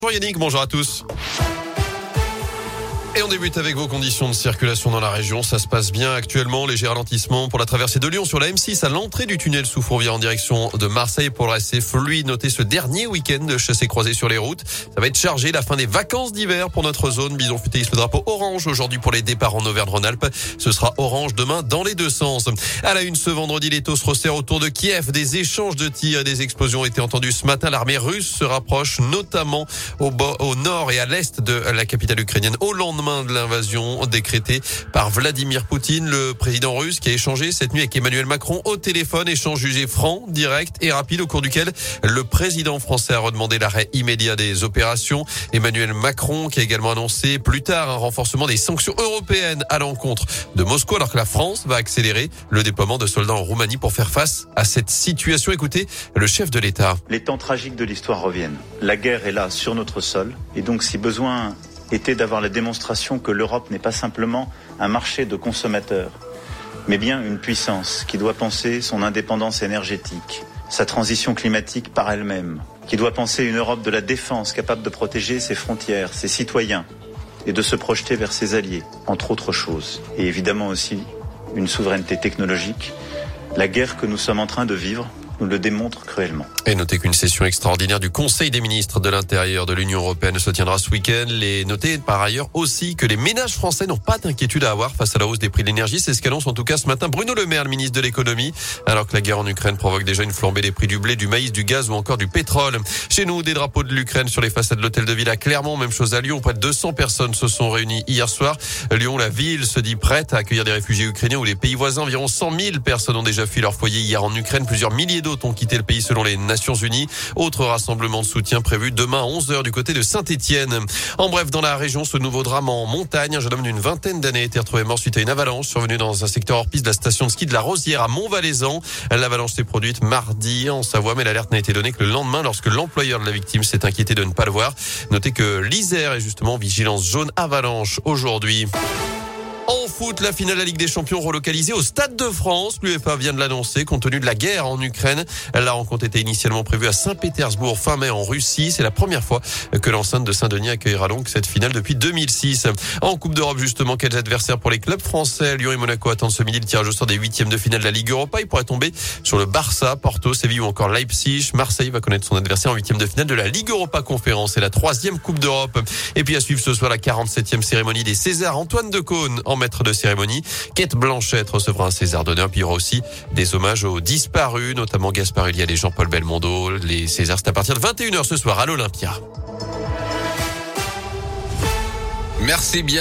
Bonjour Yannick, bonjour à tous. Et on débute avec vos conditions de circulation dans la région. Ça se passe bien actuellement. Léger ralentissement pour la traversée de Lyon sur la M6 à l'entrée du tunnel sous Fourvière en direction de Marseille. Pour le reste, c'est fluide. Notez ce dernier week-end de chassés-croisés sur les routes. Ça va être chargé. La fin des vacances d'hiver pour notre zone. Bison futé hisse le drapeau orange aujourd'hui pour les départs en Auvergne-Rhône-Alpes. Ce sera orange demain dans les deux sens. À la une ce vendredi, les taux se resserrent autour de Kiev. Des échanges de tirs et des explosions ont été entendus ce matin. L'armée russe se rapproche notamment au nord et à l'est de la capitale ukrainienne au lendemain de l'invasion décrétée par Vladimir Poutine, le président russe qui a échangé cette nuit avec Emmanuel Macron au téléphone, échange jugé franc, direct et rapide au cours duquel le président français a redemandé l'arrêt immédiat des opérations. Emmanuel Macron qui a également annoncé plus tard un renforcement des sanctions européennes à l'encontre de Moscou alors que la France va accélérer le déploiement de soldats en Roumanie pour faire face à cette situation. Écoutez le chef de l'État. Les temps tragiques de l'histoire reviennent. La guerre est là sur notre sol et donc si besoin était d'avoir la démonstration que l'Europe n'est pas simplement un marché de consommateurs, mais bien une puissance qui doit penser son indépendance énergétique, sa transition climatique par elle-même, qui doit penser une Europe de la défense capable de protéger ses frontières, ses citoyens et de se projeter vers ses alliés, entre autres choses. Et évidemment aussi une souveraineté technologique. La guerre que nous sommes en train de vivre nous le démontre cruellement. Et notez qu'une session extraordinaire du Conseil des ministres de l'Intérieur de l'Union européenne se tiendra ce week-end. Notez par ailleurs aussi que les ménages français n'ont pas d'inquiétude à avoir face à la hausse des prix de l'énergie. C'est ce qu'annonce en tout cas ce matin Bruno Le Maire, le ministre de l'économie, alors que la guerre en Ukraine provoque déjà une flambée des prix du blé, du maïs, du gaz ou encore du pétrole. Chez nous, des drapeaux de l'Ukraine sur les façades de l'hôtel de ville à Clermont. Même chose à Lyon. Près de 200 personnes se sont réunies hier soir. Lyon, la ville, se dit prête à accueillir des réfugiés ukrainiens ou les pays voisins. Environ 100 000 personnes ont déjà fui leur foyer hier en Ukraine. Plusieurs milliers d'autres ont quitté le pays selon les Nations Unies. Autre rassemblement de soutien prévu demain à 11h du côté de Saint-Étienne. En bref, dans la région, ce nouveau drame en montagne. Un jeune homme d'une vingtaine d'années a été retrouvé mort suite à une avalanche survenue dans un secteur hors piste de la station de ski de la Rosière à Montvalaisan. L'avalanche s'est produite mardi en Savoie, mais l'alerte n'a été donnée que le lendemain lorsque l'employeur de la victime s'est inquiété de ne pas le voir. Notez que l'Isère est justement en vigilance jaune avalanche aujourd'hui. En foot, la finale de la Ligue des Champions relocalisée au Stade de France. L'UEFA vient de l'annoncer compte tenu de la guerre en Ukraine. La rencontre était initialement prévue à Saint-Pétersbourg fin mai en Russie. C'est la première fois que l'enceinte de Saint-Denis accueillera donc cette finale depuis 2006. En Coupe d'Europe justement, quels adversaires pour les clubs français? Lyon et Monaco attendent ce midi le tirage au sort des huitièmes de finale de la Ligue Europa. Il pourrait tomber sur le Barça, Porto, Séville ou encore Leipzig. Marseille va connaître son adversaire en huitième de finale de la Ligue Europa Conférence. C'est la troisième Coupe d'Europe. Et puis à suivre ce soir la 47e cérémonie des Césars. Antoine Decaune en maître de cérémonie. Kate Blanchette recevra un César d'honneur. Puis il y aura aussi des hommages aux disparus, notamment Gaspard Ulliel et Jean-Paul Belmondo. Les Césars, c'est à partir de 21h ce soir à l'Olympia. Merci bien.